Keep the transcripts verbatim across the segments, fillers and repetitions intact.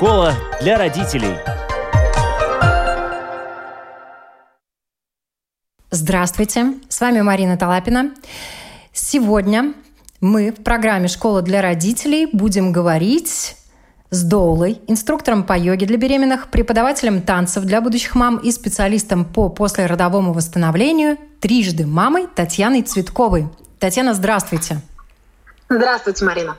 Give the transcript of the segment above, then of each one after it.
Школа для родителей. Здравствуйте, с вами Марина Талапина. Сегодня мы в программе «Школа для родителей» будем говорить с доулой, инструктором по йоге для беременных, преподавателем танцев для будущих мам и специалистом по послеродовому восстановлению, трижды мамой Татьяной Цветковой. Татьяна, здравствуйте. Здравствуйте, Марина.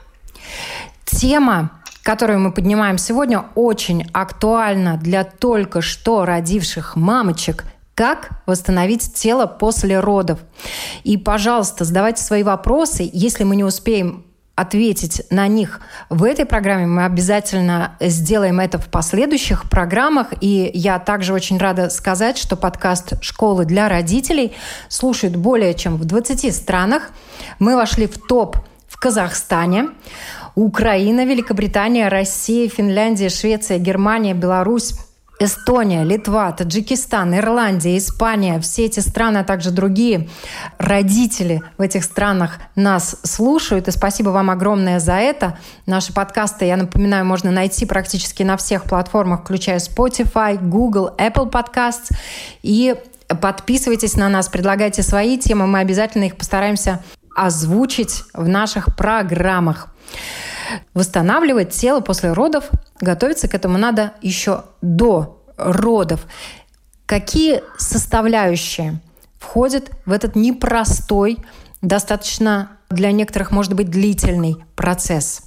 Тема, которую мы поднимаем сегодня, очень актуальна для только что родивших мамочек. Как восстановить тело после родов? И, пожалуйста, задавайте свои вопросы. Если мы не успеем ответить на них в этой программе, мы обязательно сделаем это в последующих программах. И я также очень рада сказать, что подкаст «Школы для родителей» слушают более чем в двадцати странах. Мы вошли в топ в Казахстане, Украина, Великобритания, Россия, Финляндия, Швеция, Германия, Беларусь, Эстония, Литва, Таджикистан, Ирландия, Испания. Все эти страны, а также другие родители в этих странах нас слушают. И спасибо вам огромное за это. Наши подкасты, я напоминаю, можно найти практически на всех платформах, включая Spotify, Google, Apple Podcasts. И подписывайтесь на нас, предлагайте свои темы. Мы обязательно их постараемся озвучить в наших программах. Восстанавливать тело после родов, готовиться к этому надо еще до родов. Какие составляющие входят в этот непростой, достаточно для некоторых, может быть, длительный процесс?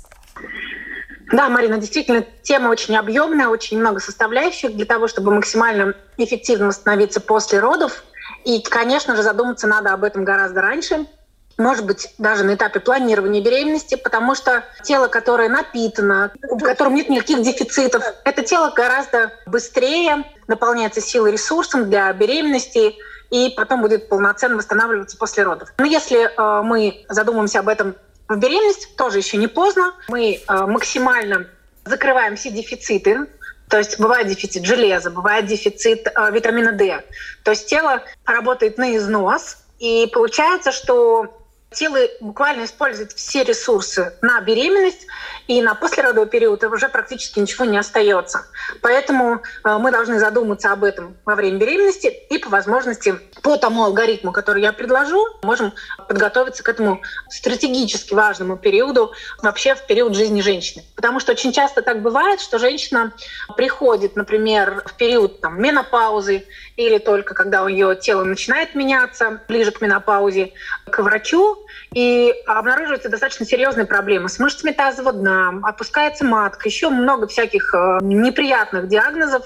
Да, Марина, действительно, тема очень объемная, очень много составляющих для того, чтобы максимально эффективно восстановиться после родов. И, конечно же, задуматься надо об этом гораздо раньше. Может быть, даже на этапе планирования беременности, потому что тело, которое напитано, в котором нет никаких дефицитов, это тело гораздо быстрее наполняется силой и ресурсом для беременности и потом будет полноценно восстанавливаться после родов. Но если э, мы задумаемся об этом в беременности, тоже еще не поздно. Мы э, максимально закрываем все дефициты. То есть бывает дефицит железа, бывает дефицит э, витамина D. То есть тело работает на износ, и получается, что тело буквально использует все ресурсы на беременность, и на послеродовый период уже практически ничего не остается. Поэтому мы должны задуматься об этом во время беременности и по возможности по тому алгоритму, который я предложу, можем подготовиться к этому стратегически важному периоду вообще в период жизни женщины. Потому что очень часто так бывает, что женщина приходит, например, в период там, менопаузы или только когда у нее тело начинает меняться ближе к менопаузе, к врачу, и обнаруживаются достаточно серьезные проблемы с мышцами тазового дна, опускается матка, еще много всяких э, неприятных диагнозов.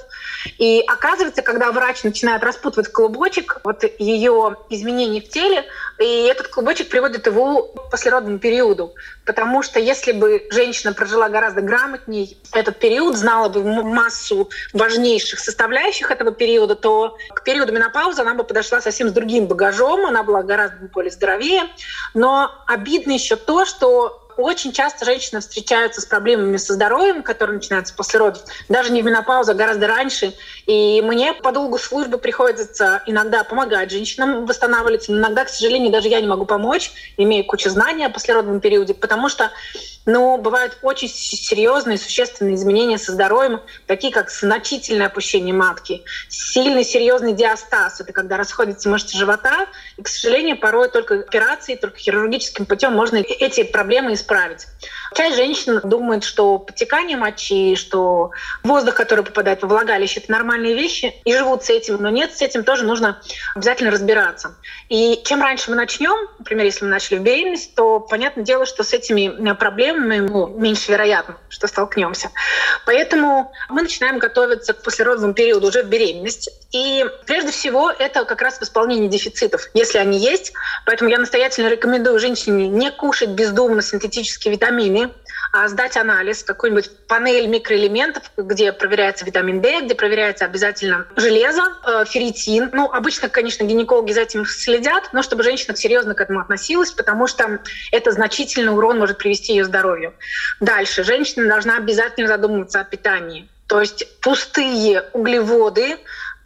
И оказывается, когда врач начинает распутывать клубочек, вот ее изменений в теле, и этот клубочек приводит его к послеродному периоду. Потому что если бы женщина прожила гораздо грамотней этот период, знала бы массу важнейших составляющих этого периода, то к периоду менопаузы она бы подошла совсем с другим багажом, она была гораздо более здоровее. Но обидно еще то, что очень часто женщины встречаются с проблемами со здоровьем, которые начинаются после родов, даже не в менопаузе, а гораздо раньше. И мне по долгу службы приходится иногда помогать женщинам восстанавливаться, но иногда, к сожалению, даже я не могу помочь, имея кучу знаний о послеродовом периоде, потому что ну, бывают очень серьезные, существенные изменения со здоровьем, такие как значительное опущение матки, сильный, серьезный диастаз. Это когда расходятся мышцы живота, и, к сожалению, порой только операцией, только хирургическим путем можно эти проблемы исправить. Часть женщин думает, что подтекание мочи, что воздух, который попадает во влагалище, это нормальные вещи, и живут с этим, но нет, с этим тоже нужно обязательно разбираться. И чем раньше мы начнем, например, если мы начали в беременность, то понятное дело, что с этими проблемами ну, меньше вероятно, что столкнемся. Поэтому мы начинаем готовиться к послеродовому периоду уже в беременности. И прежде всего это как раз восполнение дефицитов, если они есть. Поэтому я настоятельно рекомендую женщине не кушать бездумно синтетические витамины, а сдать анализ, какую-нибудь панель микроэлементов, где проверяется витамин D, где проверяется обязательно железо, э, ферритин. Ну, обычно, конечно, гинекологи за этим следят, но чтобы женщина серьезно к этому относилась, потому что это значительный урон может привести ее здоровью. Дальше. Женщина должна обязательно задумываться о питании. То есть пустые углеводы,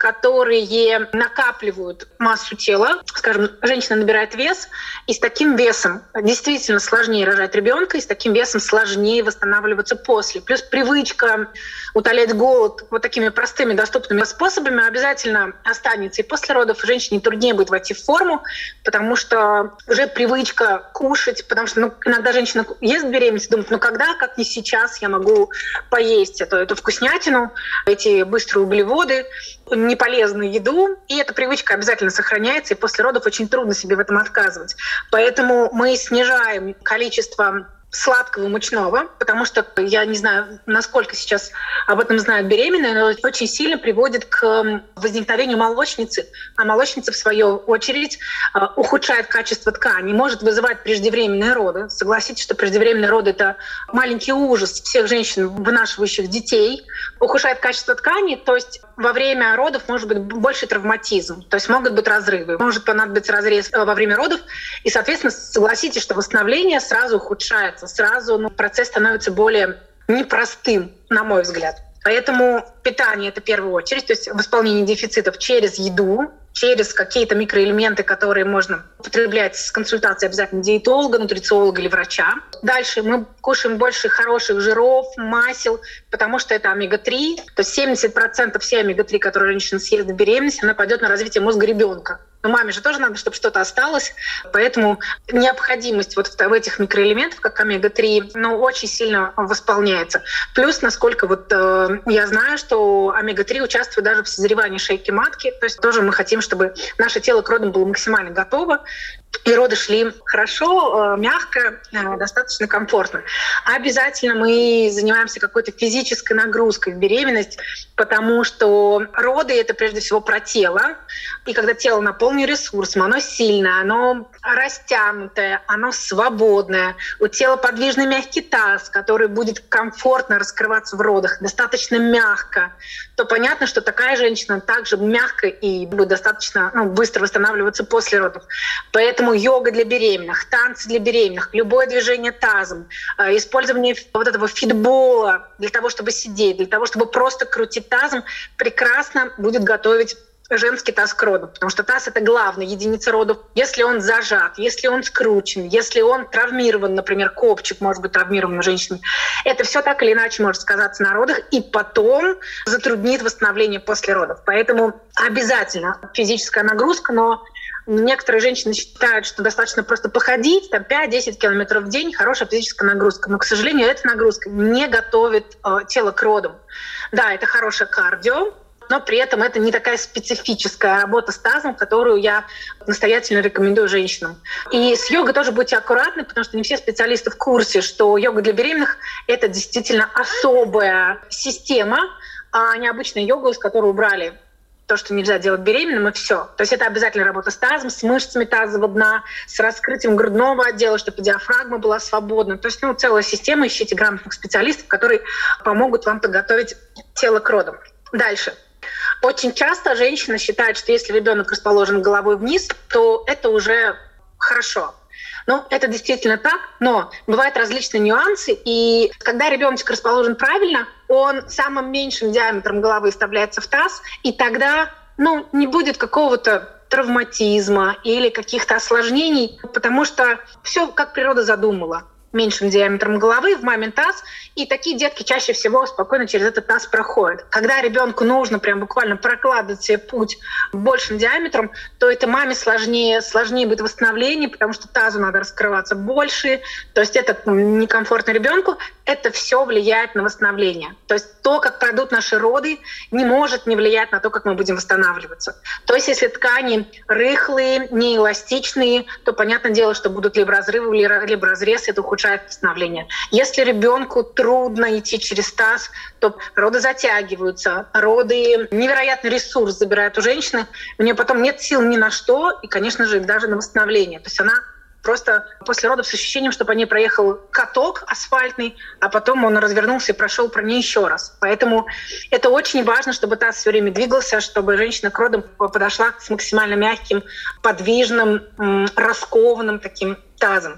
которые накапливают массу тела. Скажем, женщина набирает вес, и с таким весом действительно сложнее рожать ребенка, и с таким весом сложнее восстанавливаться после. Плюс привычка утолять голод вот такими простыми, доступными способами обязательно останется. И после родов женщине труднее будет войти в форму, потому что уже привычка кушать, потому что ну, иногда женщина ест беременность, думает, ну когда, как не сейчас, я могу поесть эту, эту вкуснятину, эти быстрые углеводы, неполезную еду, и эта привычка обязательно сохраняется, и после родов очень трудно себе в этом отказывать. Поэтому мы снижаем количество сладкого мучного, потому что я не знаю, насколько сейчас об этом знают беременные, но очень сильно приводит к возникновению молочницы, а молочница, в свою очередь, ухудшает качество ткани, может вызывать преждевременные роды. Согласитесь, что преждевременные роды — это маленький ужас всех женщин, вынашивающих детей. Ухудшает качество ткани, то есть во время родов может быть больше травматизм, то есть могут быть разрывы, может понадобиться разрез во время родов, и, соответственно, согласитесь, что восстановление сразу ухудшается, сразу ну, процесс становится более непростым, на мой взгляд. Поэтому питание — это в первую очередь, то есть восполнение дефицитов через еду, через какие-то микроэлементы, которые можно употреблять с консультацией обязательно диетолога, нутрициолога или врача. Дальше мы кушаем больше хороших жиров, масел, потому что это омега три. То есть семьдесят процентов всей омега три, которую женщина съест в беременности, она пойдет на развитие мозга ребенка. Но маме же тоже надо, чтобы что-то осталось. Поэтому необходимость вот в этих микроэлементах, как омега три, ну, очень сильно восполняется. Плюс, насколько вот э, я знаю, что омега три участвует даже в созревании шейки матки. То есть тоже мы хотим, чтобы наше тело к родам было максимально готово, и роды шли хорошо, мягко, достаточно комфортно. Обязательно мы занимаемся какой-то физической нагрузкой в беременность, потому что роды — это прежде всего про тело. И когда тело наполнено ресурсом, оно сильное, оно растянутое, оно свободное, у тела подвижный мягкий таз, который будет комфортно раскрываться в родах, достаточно мягко, то понятно, что такая женщина также мягко и будет достаточно ну, быстро восстанавливаться после родов. Поэтому йога для беременных, танцы для беременных, любое движение тазом, использование вот этого фитбола для того, чтобы сидеть, для того, чтобы просто крутить тазом, прекрасно будет готовить женский таз к родам, потому что таз — это главная единица родов. Если он зажат, если он скручен, если он травмирован, например, копчик может быть травмирован у женщины, это все так или иначе может сказаться на родах и потом затруднит восстановление после родов. Поэтому обязательно физическая нагрузка, но некоторые женщины считают, что достаточно просто походить, там пять-десять километров в день, хорошая физическая нагрузка. Но, к сожалению, эта нагрузка не готовит э, тело к родам. Да, это хорошее кардио, но при этом это не такая специфическая работа с тазом, которую я настоятельно рекомендую женщинам. И с йогой тоже будьте аккуратны, потому что не все специалисты в курсе, что йога для беременных — это действительно особая система, а не обычная йога, из которой убрали то, что нельзя делать беременным, и все. То есть это обязательно работа с тазом, с мышцами тазового дна, с раскрытием грудного отдела, чтобы диафрагма была свободна. То есть ну, целая система, ищите грамотных специалистов, которые помогут вам подготовить тело к родам. Дальше. Очень часто женщина считает, что если ребенок расположен головой вниз, то это уже хорошо. Ну, это действительно так, но бывают различные нюансы, и когда ребеночек расположен правильно, он самым меньшим диаметром головы вставляется в таз, и тогда ну, не будет какого-то травматизма или каких-то осложнений, потому что все как природа задумала. Меньшим диаметром головы в мамин таз, и такие детки чаще всего спокойно через этот таз проходят. Когда ребенку нужно прям буквально прокладывать себе путь большим диаметром, то это маме сложнее, сложнее будет восстановление, потому что тазу надо раскрываться больше, то есть это некомфортно ребенку. Это все влияет на восстановление. То есть то, как пройдут наши роды, не может не влиять на то, как мы будем восстанавливаться. То есть если ткани рыхлые, неэластичные, то понятное дело, что будут либо разрывы, либо разрез, это ухудшает восстановление. Если ребенку трудно идти через таз, то роды затягиваются, роды невероятный ресурс забирают у женщины, у нее потом нет сил ни на что, и, конечно же, даже на восстановление. То есть она просто после родов с ощущением, что по ней проехал каток асфальтный, а потом он развернулся и прошел про ней еще раз. Поэтому это очень важно, чтобы таз все время двигался, чтобы женщина к родам подошла с максимально мягким, подвижным, раскованным таким тазом.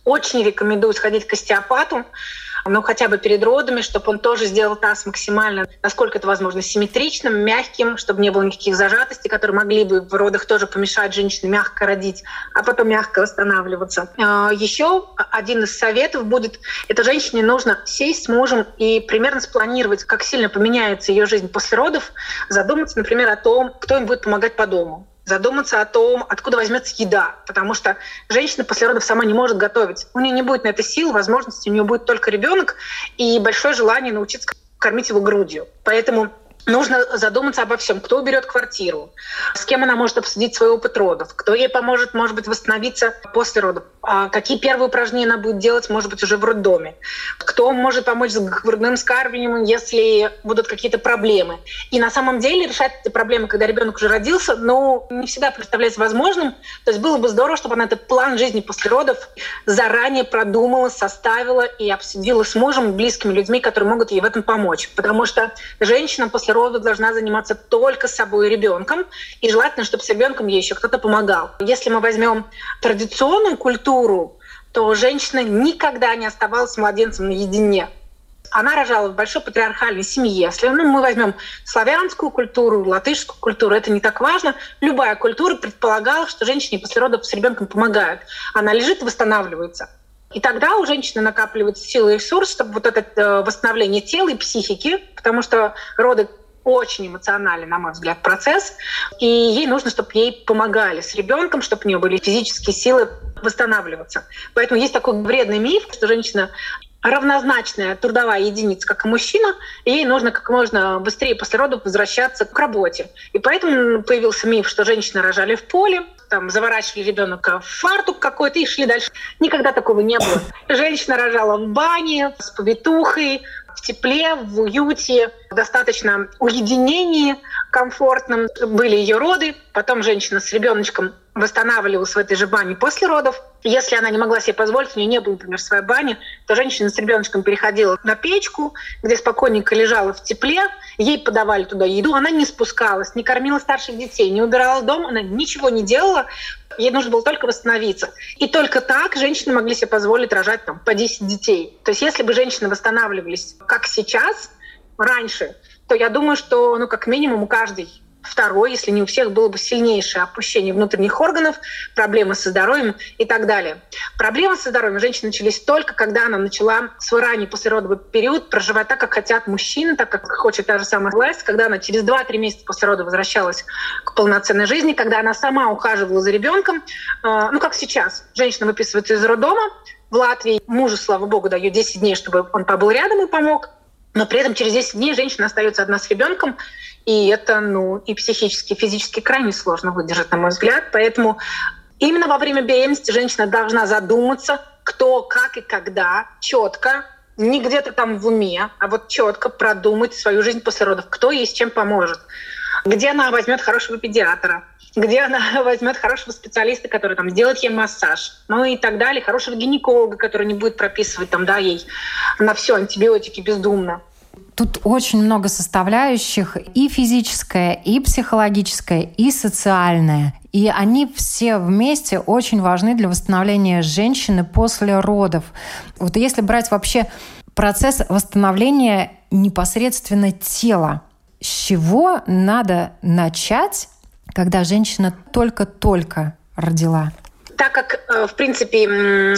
Очень рекомендую сходить к остеопату, ну, хотя бы перед родами, чтобы он тоже сделал таз максимально, насколько это возможно, симметричным, мягким, чтобы не было никаких зажатостей, которые могли бы в родах тоже помешать женщине мягко родить, а потом мягко восстанавливаться. Еще один из советов будет, это женщине нужно сесть с мужем и примерно спланировать, как сильно поменяется ее жизнь после родов, задуматься, например, о том, кто им будет помогать по дому. Задуматься о том, откуда возьмется еда, потому что женщина после родов сама не может готовить. У нее не будет на это сил, возможности, у нее будет только ребенок и большое желание научиться кормить его грудью. Поэтому нужно задуматься обо всем. Кто уберет квартиру, с кем она может обсудить свой опыт родов, кто ей поможет, может быть, восстановиться после родов, а какие первые упражнения она будет делать, может быть, уже в роддоме, кто может помочь с грудным вскармливанием, если будут какие-то проблемы. И на самом деле решать эти проблемы, когда ребенок уже родился, но не всегда представляется возможным. То есть было бы здорово, чтобы она этот план жизни после родов заранее продумала, составила и обсудила с мужем, близкими людьми, которые могут ей в этом помочь. Потому что женщина после родов должна заниматься только собой и ребенком, и желательно, чтобы с ребенком ей еще кто-то помогал. Если мы возьмем традиционную культуру, то женщина никогда не оставалась с младенцем наедине. Она рожала в большой патриархальной семье. Если ну, мы возьмем славянскую культуру, латышскую культуру, это не так важно. Любая культура предполагала, что женщине после родов с ребенком помогают. Она лежит и восстанавливается. И тогда у женщины накапливаются силы и ресурсы, чтобы вот это э, восстановление тела и психики, потому что роды очень эмоциональный, на мой взгляд, процесс, и ей нужно, чтобы ей помогали с ребенком, чтобы у нее были физические силы восстанавливаться. Поэтому есть такой вредный миф, что женщина равнозначная трудовая единица, как и мужчина, и ей нужно как можно быстрее после родов возвращаться к работе. И поэтому появился миф, что женщины рожали в поле, там, заворачивали ребенка в фартук какой-то и шли дальше. Никогда такого не было. Женщина рожала в бане, с повитухой, в тепле, в уюте, достаточно уединении, комфортном. Были ее роды, потом женщина с ребеночком восстанавливалась в этой же бане после родов. Если она не могла себе позволить, у нее не было, например, своей бани, то женщина с ребеночком переходила на печку, где спокойненько лежала в тепле, ей подавали туда еду, она не спускалась, не кормила старших детей, не убирала дом, она ничего не делала, ей нужно было только восстановиться. И только так женщины могли себе позволить рожать там, по десять детей. То есть если бы женщины восстанавливались как сейчас, раньше, то я думаю, что ну, как минимум у каждой второй, если не у всех, было бы сильнейшее опущение внутренних органов, проблемы со здоровьем и так далее. Проблемы со здоровьем у женщины начались только, когда она начала свой ранний послеродовый период проживать так, как хотят мужчины, так, как хочет та же самая власть, когда она через два-три месяца после рода возвращалась к полноценной жизни, когда она сама ухаживала за ребенком, ну как сейчас. Женщина выписывается из роддома, в Латвии мужу, слава богу, дают десять дней, чтобы он побыл рядом и помог, но при этом через десять дней женщина остается одна с ребенком, и это ну, и психически, и физически крайне сложно выдержать, на мой взгляд. Поэтому именно во время беременности женщина должна задуматься, кто, как и когда, четко, не где-то там в уме, а вот четко продумать свою жизнь после родов, кто ей с чем поможет, где она возьмет хорошего педиатра, где она возьмет хорошего специалиста, который там сделает ей массаж, ну и так далее, хорошего гинеколога, который не будет прописывать там, да, ей на все антибиотики бездумно. Тут очень много составляющих, и физическое, и психологическое, и социальное. И они все вместе очень важны для восстановления женщины после родов. Вот если брать вообще процесс восстановления непосредственно тела, с чего надо начать, когда женщина только-только родила? Так как, в принципе,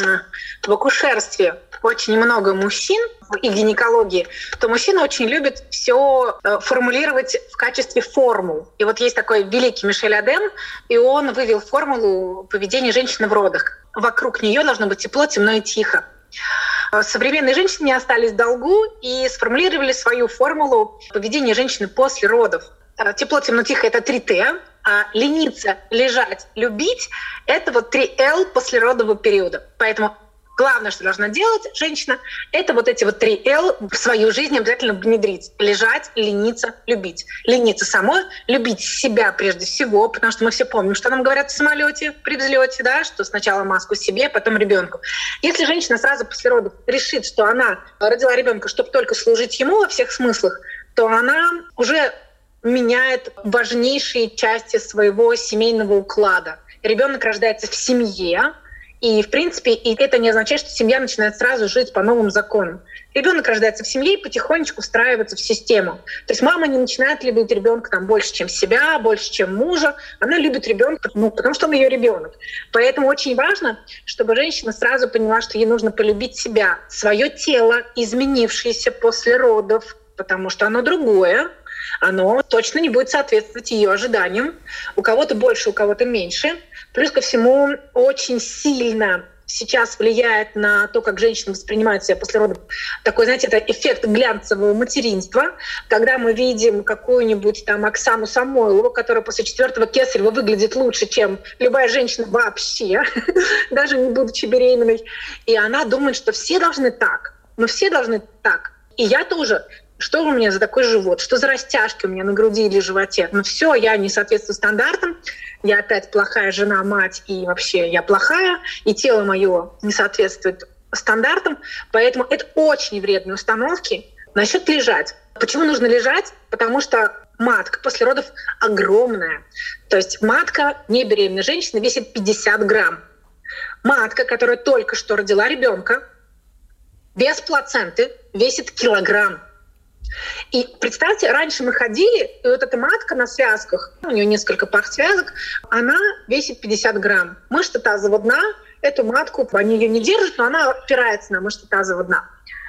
в акушерстве очень много мужчин и гинекологии, то мужчины очень любят все формулировать в качестве формул. И вот есть такой великий Мишель Аден, и он вывел формулу поведения женщины в родах. Вокруг нее должно быть тепло, темно и тихо. Современные женщины не остались в долгу и сформулировали свою формулу поведения женщины после родов. Тепло, темно, тихо — это три Т, а лениться, лежать, любить — это вот три Л послеродового периода. Поэтому главное, что должна делать женщина, это вот эти вот три Л в свою жизнь обязательно внедрить. Лежать, лениться, любить. Лениться самой, любить себя прежде всего, потому что мы все помним, что нам говорят в самолете при взлете, да, что сначала маску себе, потом ребенку. Если женщина сразу после родов решит, что она родила ребенка, чтобы только служить ему во всех смыслах, то она уже меняет важнейшие части своего семейного уклада. Ребенок рождается в семье, И, в принципе, и это не означает, что семья начинает сразу жить по новым законам. Ребенок рождается в семье и потихонечку встраивается в систему. То есть мама не начинает любить ребенка там больше, чем себя, больше, чем мужа. Она любит ребенка, ну, потому что он ее ребенок. Поэтому очень важно, чтобы женщина сразу поняла, что ей нужно полюбить себя, свое тело, изменившееся после родов, потому что оно другое. Оно точно не будет соответствовать ее ожиданиям. У кого-то больше, у кого-то меньше. Плюс ко всему очень сильно сейчас влияет на то, как женщина воспринимает себя после родов. Такой, знаете, это эффект глянцевого материнства, когда мы видим какую-нибудь там Оксану Самойлову, которая после четвертого кесарева выглядит лучше, чем любая женщина вообще, даже не будучи беременной. И она думает, что все должны так. Но все должны так. И я тоже. Что у меня за такой живот? Что за растяжки у меня на груди или животе? Ну все, я не соответствую стандартам. Я опять плохая жена, мать, и вообще я плохая, и тело мое не соответствует стандартам. Поэтому это очень вредные установки. Насчет лежать. Почему нужно лежать? Потому что матка после родов огромная. То есть матка не беременной женщины весит пятьдесят грамм. Матка, которая только что родила ребенка, без плаценты весит килограмм. И представьте, раньше мы ходили, и вот эта матка на связках, у нее несколько пар связок, она весит пятьдесят грамм. Мышца тазового дна, эту матку, они ее не держат, но она опирается на мышцы тазового дна.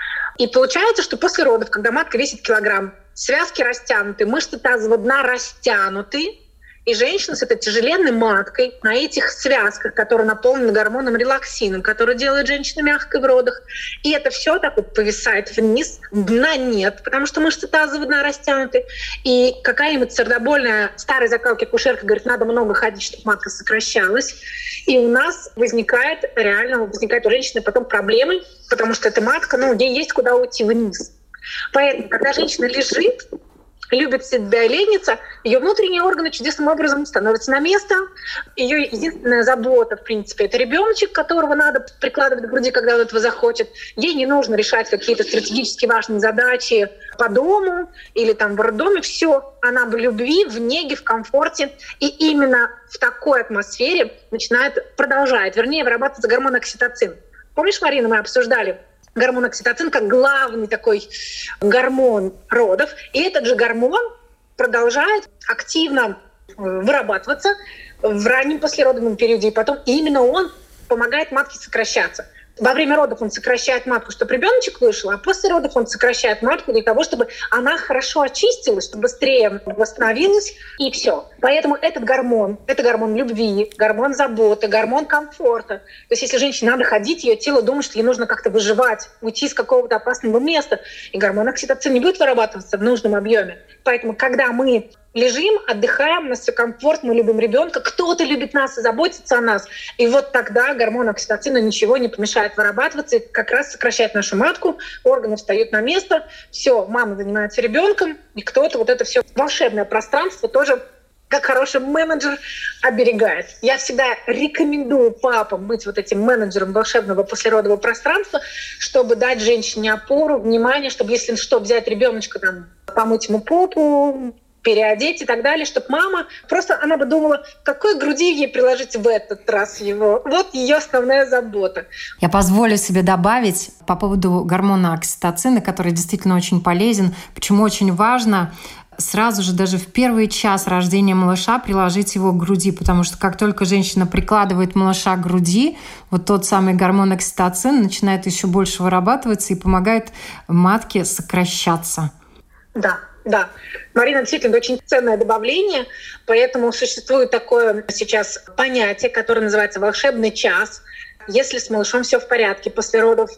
И получается, что после родов, когда матка весит килограмм, связки растянуты, мышцы тазового дна растянуты, и женщина с этой тяжеленной маткой на этих связках, которые наполнены гормоном релаксином, который делает женщину мягкой в родах. И это все так вот повисает вниз, дна нет, потому что мышцы тазового дна растянуты. И какая-нибудь сердобольная старая закалки акушерка говорит, надо много ходить, чтобы матка сокращалась. И у нас возникает, реально возникает у женщины потом проблемы, потому что эта матка, ну, ей есть куда уйти вниз. Поэтому, когда женщина лежит, любит себя и ленится, ее внутренние органы чудесным образом становятся на место. Ее единственная забота, в принципе, это ребеночек, которого надо прикладывать к груди, когда он этого захочет. Ей не нужно решать какие-то стратегически важные задачи по дому или там в роддоме. Все, она в любви, в неге, в комфорте. И именно в такой атмосфере начинает, продолжает, вернее, вырабатываться гормон окситоцин. Помнишь, Марина, мы обсуждали гормон окситоцин как главный такой гормон родов. И этот же гормон продолжает активно вырабатываться в раннем послеродовом периоде. И потом именно он помогает матке сокращаться. Во время родов он сокращает матку, чтобы ребеночек вышел, а после родов он сокращает матку для того, чтобы она хорошо очистилась, чтобы быстрее восстановилась, и все. Поэтому этот гормон, это гормон любви, гормон заботы, гормон комфорта. То есть если женщине надо ходить, ее тело думает, что ей нужно как-то выживать, уйти из какого-то опасного места, и гормон окситоцин не будет вырабатываться в нужном объеме. Поэтому когда мы лежим, отдыхаем, у нас все комфорт, мы любим ребенка, кто-то любит нас и заботится о нас. И вот тогда гормон окситоцина ничего не помешает вырабатываться, и как раз сокращает нашу матку, органы встают на место, все, мама занимается ребенком, и кто-то вот это все волшебное пространство тоже как хороший менеджер оберегает. Я всегда рекомендую папам быть вот этим менеджером волшебного послеродового пространства, чтобы дать женщине опору, внимание, чтобы, если что, взять ребеночка, там, помыть ему попу, переодеть и так далее, чтобы мама просто, она бы думала, какой груди ей приложить в этот раз его. Вот ее основная забота. Я позволю себе добавить по поводу гормона окситоцина, который действительно очень полезен. Почему очень важно сразу же даже в первый час рождения малыша приложить его к груди, потому что как только женщина прикладывает малыша к груди, вот тот самый гормон окситоцин начинает еще больше вырабатываться и помогает матке сокращаться. Да. Да, Марина, действительно, очень ценное добавление, поэтому существует такое сейчас понятие, которое называется «волшебный час». Если с малышом все в порядке после родов,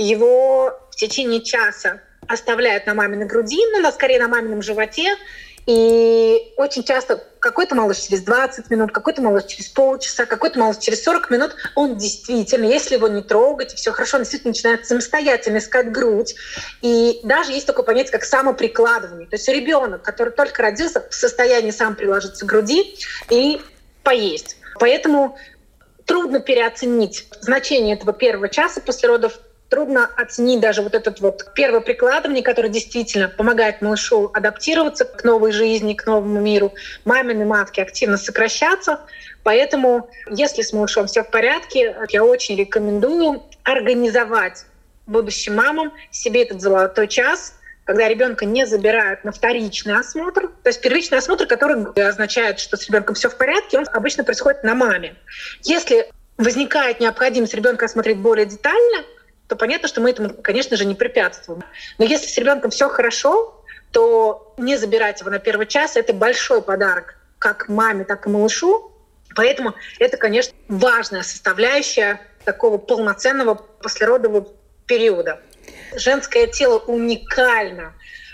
его в течение часа оставляют на маминой груди, ну, на, скорее на мамином животе, и очень часто какой-то малыш через двадцать минут, какой-то малыш через полчаса, какой-то малыш через сорок минут, он действительно, если его не трогать, и все хорошо, он действительно начинает самостоятельно искать грудь. И даже есть такое понятие, как самоприкладывание. То есть ребенок, который только родился, в состоянии сам приложиться к груди и поесть. Поэтому трудно переоценить значение этого первого часа после родов. трудно оценить даже вот этот вот первое прикладывание, которое действительно помогает малышу адаптироваться к новой жизни, к новому миру, мамины матки активно сокращаться. Поэтому, если с малышом все в порядке, я очень рекомендую организовать будущим мамам себе этот золотой час, когда ребенка не забирают на вторичный осмотр. То есть первичный осмотр, который означает, что с ребенком все в порядке, он обычно происходит на маме. Если возникает необходимость ребенка осмотреть более детально, то понятно, что мы этому, конечно же, не препятствуем. Но если с ребенком все хорошо, то не забирать его на первый час — это большой подарок как маме, так и малышу. Поэтому это, конечно, важная составляющая такого полноценного послеродового периода. Женское тело уникально,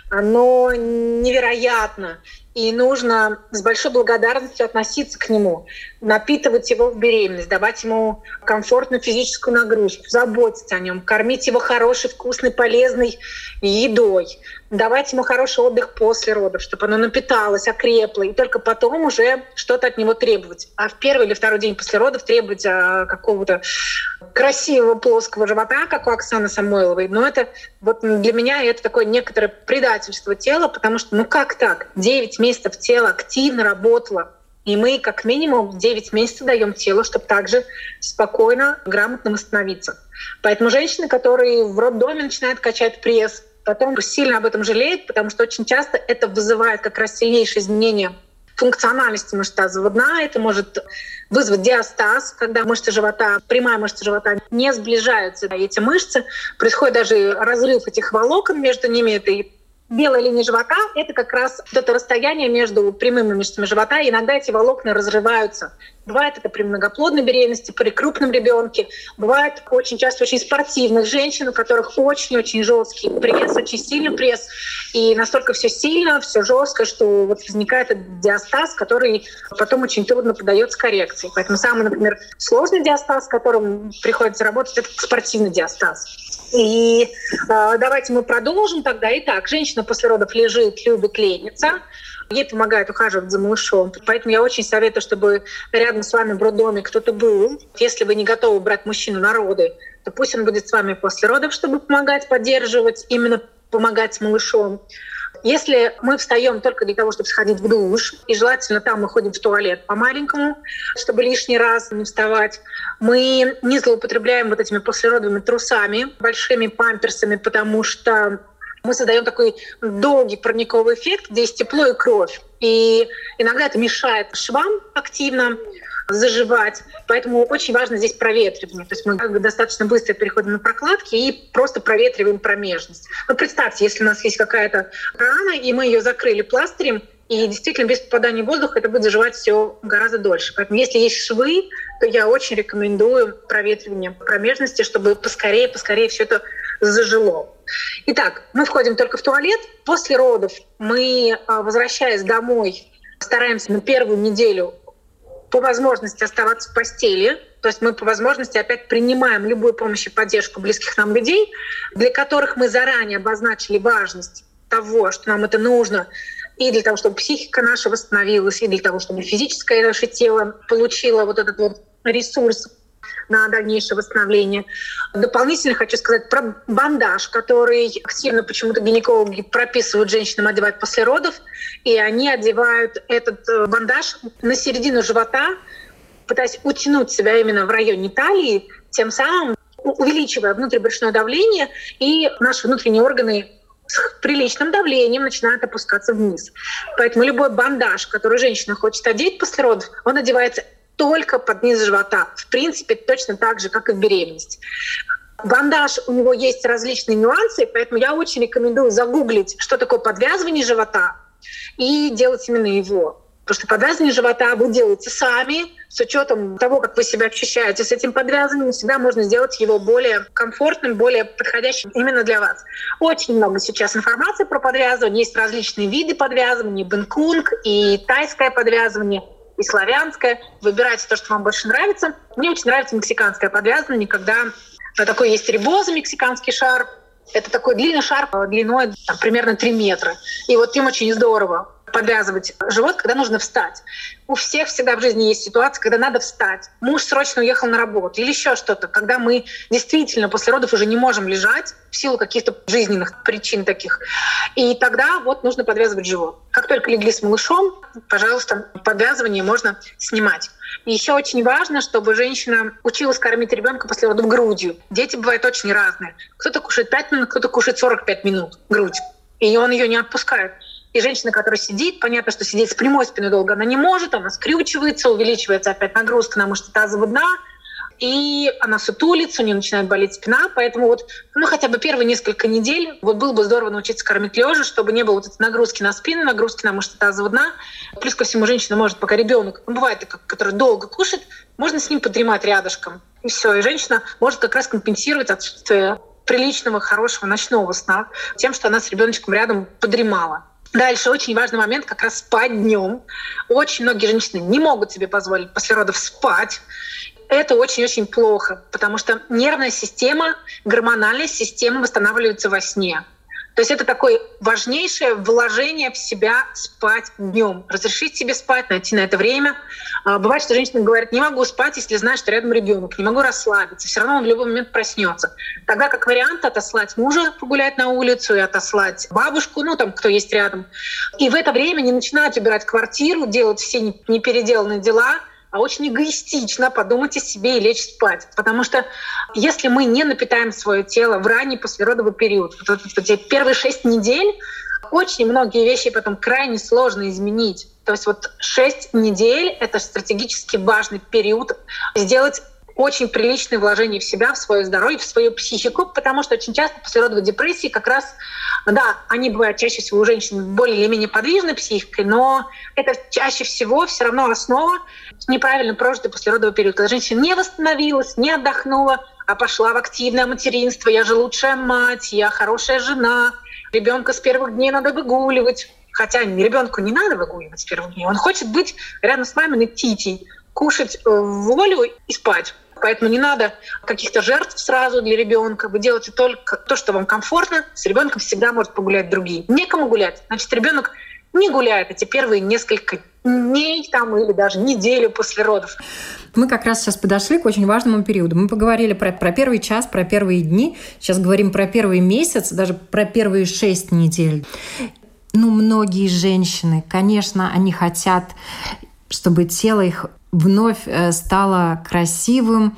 оно невероятно, и нужно с большой благодарностью относиться к нему, напитывать его в беременность, давать ему комфортную физическую нагрузку, заботиться о нем, кормить его хорошей, вкусной, полезной едой, давать ему хороший отдых после родов, чтобы оно напиталось, окрепло, и только потом уже что-то от него требовать. А в первый или второй день после родов требовать а, какого-то красивого плоского живота, как у Оксаны Самойловой. Но это вот для меня это такое некоторое предательство тела, потому что ну как так? девять месяцев тело активно работало, и мы как минимум девять месяцев даем телу, чтобы также спокойно, грамотно восстановиться. Поэтому женщины, которые в роддоме начинают качать пресс, потом сильно об этом жалеют, потому что очень часто это вызывает как раз сильнейшие изменения функциональности мышц тазового дна. Это может вызвать диастаз, когда мышцы живота, прямая мышца живота не сближаются. И эти мышцы, происходит даже разрыв этих волокон между ними, этой белая линия живота — это как раз вот это расстояние между прямыми мышцами живота, и иногда эти волокна разрываются. Бывает это при многоплодной беременности, при крупном ребенке. Бывает очень часто очень спортивных женщин, у которых очень-очень жесткий пресс, очень сильный пресс. И настолько все сильно, все жестко, что вот возникает этот диастаз, который потом очень трудно поддается коррекции. Поэтому самый, например, сложный диастаз, с которым приходится работать, это спортивный диастаз. И э, давайте мы продолжим тогда. Итак, женщина после родов лежит, любит, ленится. Ей помогает ухаживать за малышом. Поэтому я очень советую, чтобы рядом с вами в роддоме кто-то был. Если вы не готовы брать мужчину на роды, то пусть он будет с вами после родов, чтобы помогать, поддерживать, именно помогать с малышом. Если мы встаем только для того, чтобы сходить в душ, и желательно там мы ходим в туалет по-маленькому, чтобы лишний раз не вставать, мы не злоупотребляем вот этими послеродовыми трусами, большими памперсами, потому что мы создаем такой долгий парниковый эффект, где есть тепло и кровь. И иногда это мешает швам активно заживать. Поэтому очень важно здесь проветривание. То есть мы достаточно быстро переходим на прокладки и просто проветриваем промежность. Ну, представьте, если у нас есть какая-то рана, и мы ее закрыли пластырем, и действительно без попадания воздуха это будет заживать все гораздо дольше. Поэтому если есть швы, то я очень рекомендую проветривание промежности, чтобы поскорее, поскорее все это зажило. Итак, мы входим только в туалет. После родов мы, возвращаясь домой, стараемся на первую неделю по возможности оставаться в постели. То есть мы по возможности опять принимаем любую помощь и поддержку близких нам людей, для которых мы заранее обозначили важность того, что нам это нужно, и для того, чтобы психика наша восстановилась, и для того, чтобы физическое наше тело получило вот этот вот ресурс на дальнейшее восстановление. Дополнительно хочу сказать про бандаж, который активно почему-то гинекологи прописывают женщинам одевать после родов, и они одевают этот бандаж на середину живота, пытаясь утянуть себя именно в районе талии, тем самым увеличивая внутрибрюшное давление, и наши внутренние органы с приличным давлением начинают опускаться вниз. Поэтому любой бандаж, который женщина хочет одеть после родов, он одевается только под низ живота. В принципе, точно так же, как и в беременности. Бандаж, у него есть различные нюансы, поэтому я очень рекомендую загуглить, что такое подвязывание живота, и делать именно его. Потому что подвязывание живота вы делаете сами, с учетом того, как вы себя ощущаете с этим подвязыванием, всегда можно сделать его более комфортным, более подходящим именно для вас. Очень много сейчас информации про подвязывание. Есть различные виды подвязывания, бэнкунг и тайское подвязывание, и славянское. Выбирайте то, что вам больше нравится. Мне очень нравится мексиканское подвязывание, когда такой есть рибоза, мексиканский шар. Это такой длинный шар длиной там, примерно три метра. И вот им очень здорово подвязывать живот, когда нужно встать. У всех всегда в жизни есть ситуация, когда надо встать. Муж срочно уехал на работу или еще что-то, когда мы действительно после родов уже не можем лежать в силу каких-то жизненных причин таких. И тогда вот нужно подвязывать живот. Как только легли с малышом, пожалуйста, подвязывание можно снимать. И еще очень важно, чтобы женщина училась кормить ребенка после родов грудью. Дети бывают очень разные. Кто-то кушает пять минут, кто-то кушает сорок пять минут грудь. И он ее не отпускает. И женщина, которая сидит, понятно, что сидеть с прямой спиной долго она не может, она скрючивается, увеличивается опять нагрузка на мышцы тазового дна, и она сутулится, у нее начинает болеть спина. Поэтому вот, ну, хотя бы первые несколько недель вот было бы здорово научиться кормить лежа, чтобы не было вот этой нагрузки на спину, нагрузки на мышцы тазового дна. Плюс ко всему женщина может, пока ребенок, ну, бывает такой, который долго кушает, можно с ним подремать рядышком. И все. И женщина может как раз компенсировать отсутствие приличного, хорошего ночного сна тем, что она с ребеночком рядом подремала. Дальше очень важный момент — как раз спать днем. Очень многие женщины не могут себе позволить после родов спать. Это очень-очень плохо, потому что нервная система, гормональная система восстанавливается во сне. То есть это такое важнейшее вложение в себя спать днем. Разрешить себе спать, найти на это время. Бывает, что женщина говорит: не могу спать, если знаю, что рядом ребенок, не могу расслабиться. Все равно он в любой момент проснется. Тогда как вариант отослать мужа погулять на улицу и отослать бабушку, ну там кто есть рядом. И в это время не начинать убирать квартиру, делать все непеределанные дела, а очень эгоистично подумать о себе и лечь спать. Потому что если мы не напитаем свое тело в ранний послеродовый период, вот эти первые шесть недель, очень многие вещи потом крайне сложно изменить. То есть вот шесть недель — это стратегически важный период сделать очень приличное вложение в себя, в свое здоровье, в свою психику, потому что очень часто послеродовые депрессии как раз, да, они бывают чаще всего у женщин более или менее подвижной психикой, но это чаще всего все равно основа неправильно прожитый послеродовый период, когда женщина не восстановилась, не отдохнула, а пошла в активное материнство. Я же лучшая мать, я хорошая жена, ребенка с первых дней надо выгуливать. Хотя ребенку не надо выгуливать с первых дней. Он хочет быть рядом с маминой титей, кушать в волю и спать. Поэтому не надо каких-то жертв сразу для ребенка. Вы делаете только то, что вам комфортно. С ребенком всегда может погулять другие. Некому гулять, значит, ребенок не гуляет эти первые несколько дней там, или даже неделю после родов. Мы как раз сейчас подошли к очень важному периоду. Мы поговорили про, про первый час, про первые дни. Сейчас говорим про первый месяц, даже про первые шесть недель. Ну, многие женщины, конечно, они хотят, чтобы тело их вновь стало красивым,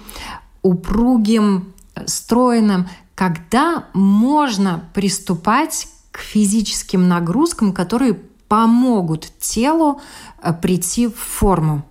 упругим, стройным. Когда можно приступать к физическим нагрузкам, которые помогут телу прийти в форму?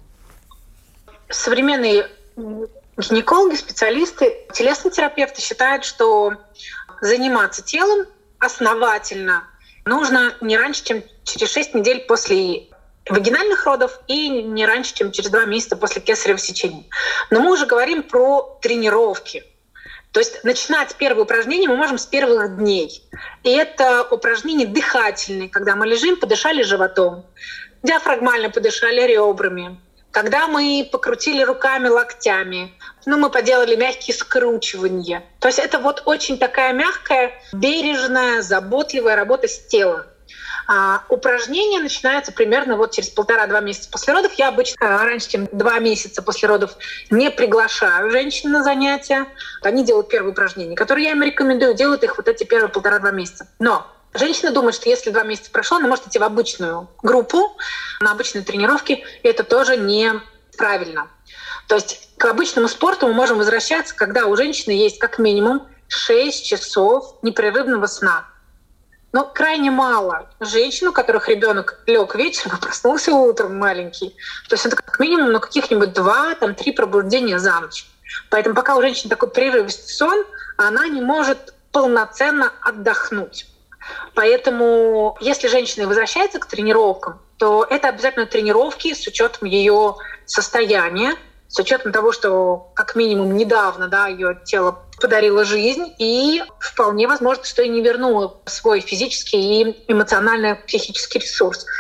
Современные гинекологи, специалисты, телесные терапевты считают, что заниматься телом основательно нужно не раньше, чем через шесть недель после вагинальных родов и не раньше, чем через два месяца после кесарево сечения. Но мы уже говорим про тренировки. То есть начинать первые упражнения мы можем с первых дней. И это упражнения дыхательные, когда мы лежим, подышали животом, диафрагмально подышали ребрами, когда мы покрутили руками, локтями, ну, мы поделали мягкие скручивания. То есть это вот очень такая мягкая, бережная, заботливая работа с телом. А упражнения начинаются примерно вот через полтора-два месяца после родов. Я обычно раньше, чем два месяца после родов, не приглашаю женщин на занятия. Они делают первые упражнения, которые я им рекомендую, делают их вот эти первые полтора-два месяца. Но женщина думает, что если два месяца прошло, она может идти в обычную группу, на обычные тренировки, и это тоже неправильно. То есть к обычному спорту мы можем возвращаться, когда у женщины есть как минимум шесть часов непрерывного сна. Но крайне мало женщин, у которых ребенок лег вечером, а проснулся утром маленький. То есть это как минимум ну, каких-нибудь два-три пробуждения за ночь. Поэтому пока у женщины такой прерывистый сон, она не может полноценно отдохнуть. Поэтому если женщина возвращается к тренировкам, то это обязательно тренировки с учетом ее состояния, с учетом того, что как минимум недавно да, ее тело подарило жизнь, и вполне возможно, что и не вернуло свой физический и эмоционально-психический ресурс.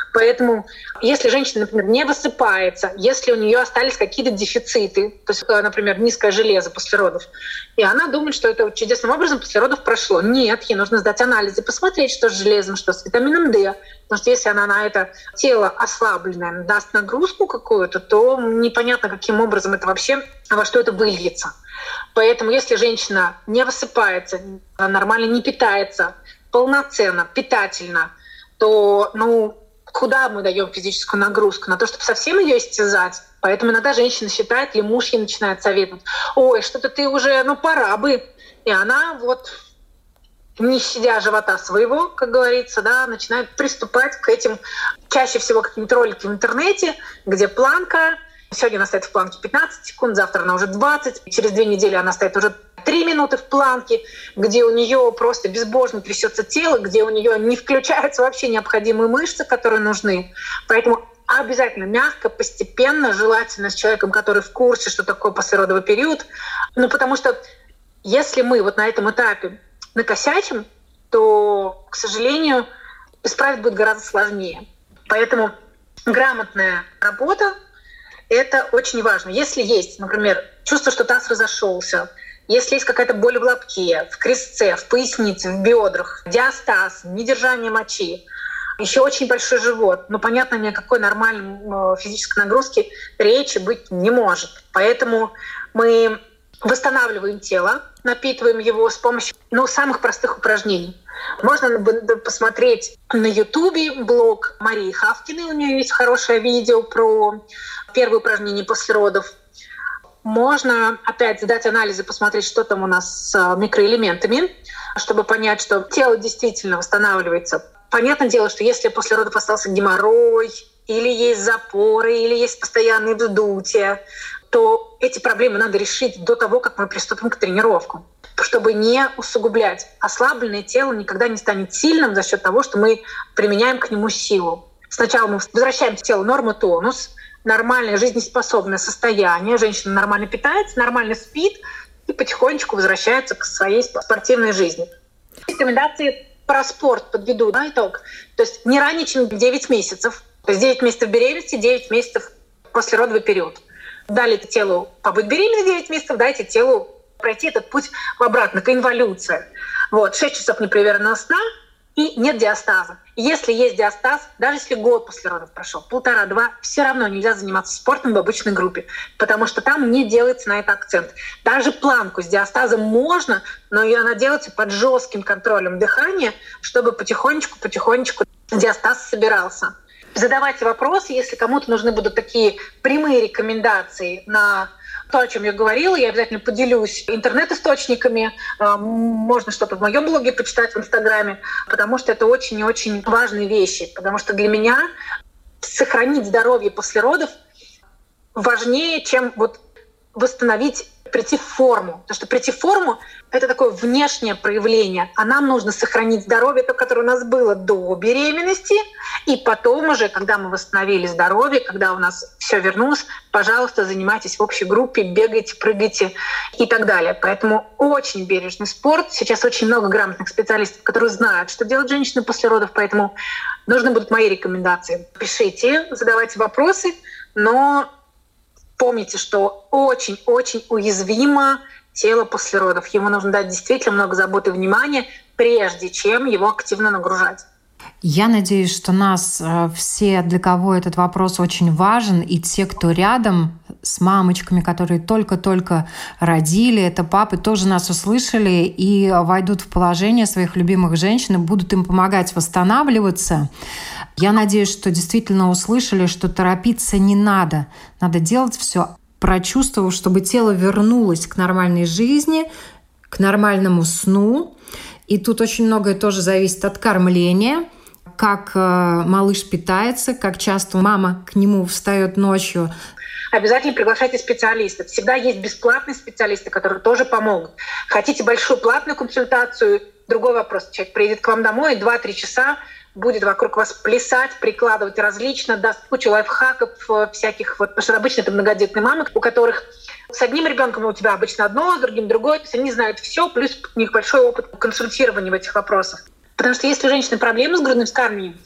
Поэтому если женщина, например, не высыпается, если у нее остались какие-то дефициты, то есть, например, низкое железо после родов, и она думает, что это чудесным образом после родов прошло. Нет, ей нужно сдать анализы, посмотреть, что с железом, что с витамином D. Потому что если она на это тело ослабленное даст нагрузку какую-то, то непонятно, каким образом это вообще, во что это выльется. Поэтому если женщина не высыпается, нормально не питается, полноценно, питательно, то ну, куда мы даем физическую нагрузку? На то, чтобы совсем ее истязать. Поэтому иногда женщина считает, или муж ей начинает советовать: ой, что-то ты уже, ну пора бы. И она вот, не щадя живота своего, как говорится, да, начинает приступать к этим, чаще всего каким-то роликам в интернете, где планка. Сегодня она стоит в планке пятнадцать секунд, завтра она уже двадцать, через две недели она стоит уже три минуты в планке, где у нее просто безбожно трясется тело, где у нее не включаются вообще необходимые мышцы, которые нужны. Поэтому обязательно мягко, постепенно, желательно с человеком, который в курсе, что такое послеродовый период. Ну, потому что если мы вот на этом этапе накосячим, то, к сожалению, исправить будет гораздо сложнее. Поэтому грамотная работа — это очень важно. Если есть, например, чувство, что таз разошелся, если есть какая-то боль в лобке, в крестце, в пояснице, в бедрах, диастаз, недержание мочи, еще очень большой живот, но, понятно, ни о какой нормальной физической нагрузке речи быть не может. Поэтому мы восстанавливаем тело, напитываем его с помощью ну, самых простых упражнений. Можно посмотреть на Ютубе блог Марии Хавкиной, у нее есть хорошее видео про первые упражнения после родов. Можно опять сдать анализы, посмотреть, что там у нас с микроэлементами, чтобы понять, что тело действительно восстанавливается. Понятное дело, что если после родов остался геморрой, или есть запоры, или есть постоянные вздутия, то эти проблемы надо решить до того, как мы приступим к тренировкам, чтобы не усугублять. Ослабленное тело никогда не станет сильным за счет того, что мы применяем к нему силу. Сначала мы возвращаем телу нормотонус, нормальное жизнеспособное состояние, женщина нормально питается, нормально спит и потихонечку возвращается к своей спортивной жизни. Рекомендации про спорт подведу на итог. То есть не ранее, чем девять месяцев. То есть девять месяцев беременности, девять месяцев послеродовый период. Дали телу побыть беременной девять месяцев, дайте телу пройти этот путь обратно, к инволюции. Вот. шесть часов непрерывного сна и нет диастаза. Если есть диастаз, даже если год после родов прошел, полтора-два, все равно нельзя заниматься спортом в обычной группе, потому что там не делается на это акцент. Даже планку с диастазом можно, но она делается под жестким контролем дыхания, чтобы потихонечку-потихонечку диастаз собирался. Задавайте вопросы, если кому-то нужны будут такие прямые рекомендации на то, о чем я говорила, я обязательно поделюсь интернет-источниками. Можно что-то в моем блоге почитать в Инстаграме, потому что это очень и очень важные вещи. Потому что для меня сохранить здоровье после родов важнее, чем вот восстановить, прийти в форму. Потому что прийти в форму — это такое внешнее проявление. А нам нужно сохранить здоровье, то, которое у нас было до беременности. И потом уже, когда мы восстановили здоровье, когда у нас все вернулось, пожалуйста, занимайтесь в общей группе, бегайте, прыгайте и так далее. Поэтому очень бережный спорт. Сейчас очень много грамотных специалистов, которые знают, что делать женщины после родов. Поэтому нужны будут мои рекомендации. Пишите, задавайте вопросы, но помните, что очень-очень уязвимо тело после родов. Ему нужно дать действительно много заботы и внимания, прежде чем его активно нагружать. Я надеюсь, что нас все, для кого этот вопрос очень важен, и те, кто рядом с мамочками, которые только-только родили, это папы, тоже нас услышали и войдут в положение своих любимых женщин и будут им помогать восстанавливаться. Я надеюсь, что действительно услышали, что торопиться не надо. Надо делать все, прочувствовав, чтобы тело вернулось к нормальной жизни, к нормальному сну. И тут очень многое тоже зависит от кормления, как малыш питается, как часто мама к нему встает ночью. Обязательно приглашайте специалистов. Всегда есть бесплатные специалисты, которые тоже помогут. Хотите большую платную консультацию? Другой вопрос. Человек приедет к вам домой, два-три часа будет вокруг вас плясать, прикладывать различно, даст кучу лайфхаков всяких. Вот, потому что обычно это многодетные мамы, у которых с одним ребенком у тебя обычно одно, с другим другое. То есть они знают все, плюс у них большой опыт консультирования в этих вопросах. Потому что если у женщины проблемы с грудным вскармливанием,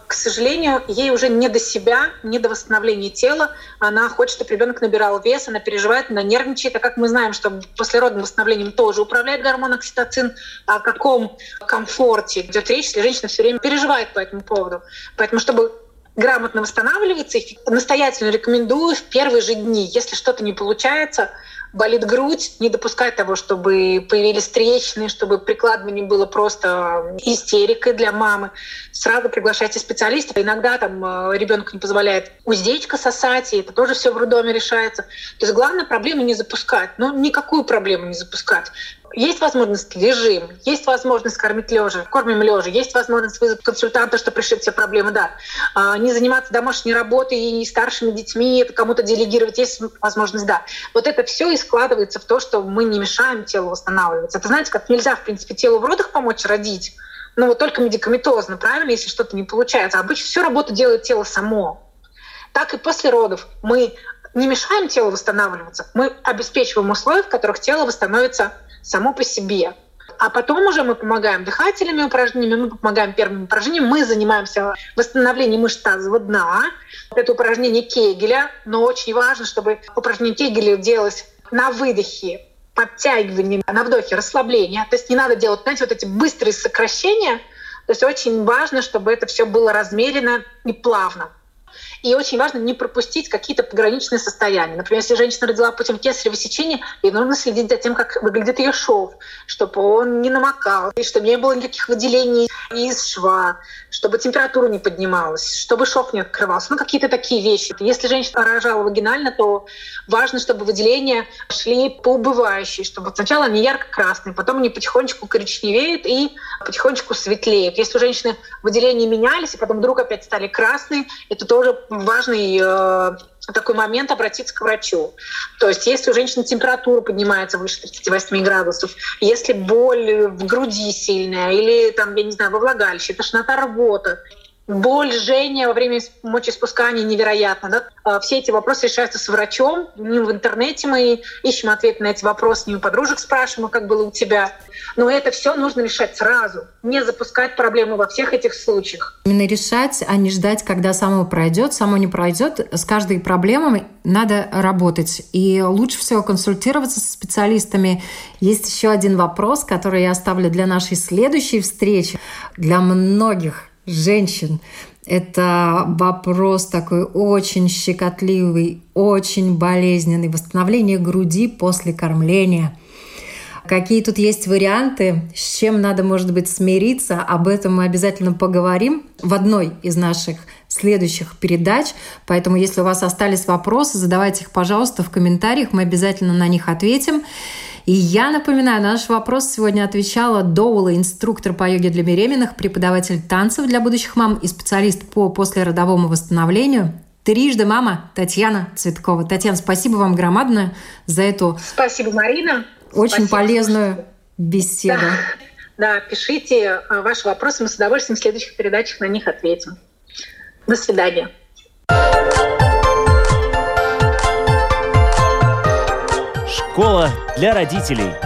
к сожалению, ей уже не до себя, не до восстановления тела. Она хочет, чтобы ребенок набирал вес, она переживает, она нервничает. А как мы знаем, что послеродным восстановлением тоже управляет гормон окситоцин. О каком комфорте идет речь, если женщина все время переживает по этому поводу. Поэтому, чтобы грамотно восстанавливаться, настоятельно рекомендую в первые же дни, если что-то не получается, болит грудь, не допускать того, чтобы появились трещины, чтобы прикладывание было просто истерикой для мамы. Сразу приглашайте специалистов. Иногда там ребенку не позволяет уздечка сосать, и это тоже все в роддоме решается. То есть главная проблема не запускать. Ну, никакую проблему не запускать. Есть возможность режим, есть возможность кормить лежа, кормим лежа, есть возможность вызвать консультанта, чтобы решить все проблемы, да. А, не заниматься домашней работой и старшими детьми, это кому-то делегировать, есть возможность, да. Вот это все и складывается в то, что мы не мешаем телу восстанавливаться. Это, знаете, как нельзя, в принципе, телу в родах помочь родить, ну вот только медикаментозно, правильно, если что-то не получается. Обычно всю работу делает тело само. Так и после родов мы не мешаем телу восстанавливаться, мы обеспечиваем условия, в которых тело восстановится само по себе. А потом уже мы помогаем дыхательными упражнениями, мы помогаем первым упражнением, мы занимаемся восстановлением мышц тазового дна. Это упражнение Кегеля, но очень важно, чтобы упражнение Кегеля делалось на выдохе, подтягивание, на вдохе расслабление. То есть не надо делать, знаете, вот эти быстрые сокращения. То есть очень важно, чтобы это все было размеренно и плавно. И очень важно не пропустить какие-то пограничные состояния. Например, если женщина родила путем кесарево сечения, ей нужно следить за тем, как выглядит ее шов, чтобы он не намокал, и чтобы не было никаких выделений из шва, чтобы температура не поднималась, чтобы шов не открывался. Ну, какие-то такие вещи. Если женщина рожала вагинально, то важно, чтобы выделения шли по убывающей, чтобы сначала они ярко-красные, потом они потихонечку коричневеют и потихонечку светлеют. Если у женщины выделения менялись, и потом вдруг опять стали красные, это тоже важный э, такой момент — обратиться к врачу. То есть если у женщины температура поднимается выше тридцати восьми градусов, если боль в груди сильная или там, я не знаю, во влагалище, тошнота, рвота, боль, жжение во время мочеиспускания невероятно. Да? Все эти вопросы решаются с врачом. В интернете мы ищем ответы на эти вопросы, не у подружек спрашиваем, как было у тебя. Но это все нужно решать сразу, не запускать проблемы во всех этих случаях. Именно решать, а не ждать, когда само пройдет. Само не пройдет. С каждой проблемой надо работать. И лучше всего консультироваться со специалистами. Есть еще один вопрос, который я оставлю для нашей следующей встречи. Для многих женщин это вопрос такой очень щекотливый, очень болезненный. Восстановление груди после кормления. Какие тут есть варианты, с чем надо, может быть, смириться, об этом мы обязательно поговорим в одной из наших следующих передач. Поэтому, если у вас остались вопросы, задавайте их, пожалуйста, в комментариях, мы обязательно на них ответим. И я напоминаю, на наш вопрос сегодня отвечала Доула, инструктор по йоге для беременных, преподаватель танцев для будущих мам и специалист по послеродовому восстановлению, трижды мама Татьяна Цветкова. Татьяна, спасибо вам громадное за эту... Спасибо, Марина. Очень Спасибо, полезную слушайте. беседу. Да. да, пишите ваши вопросы, мы с удовольствием в следующих передачах на них ответим. До свидания. Школа для родителей.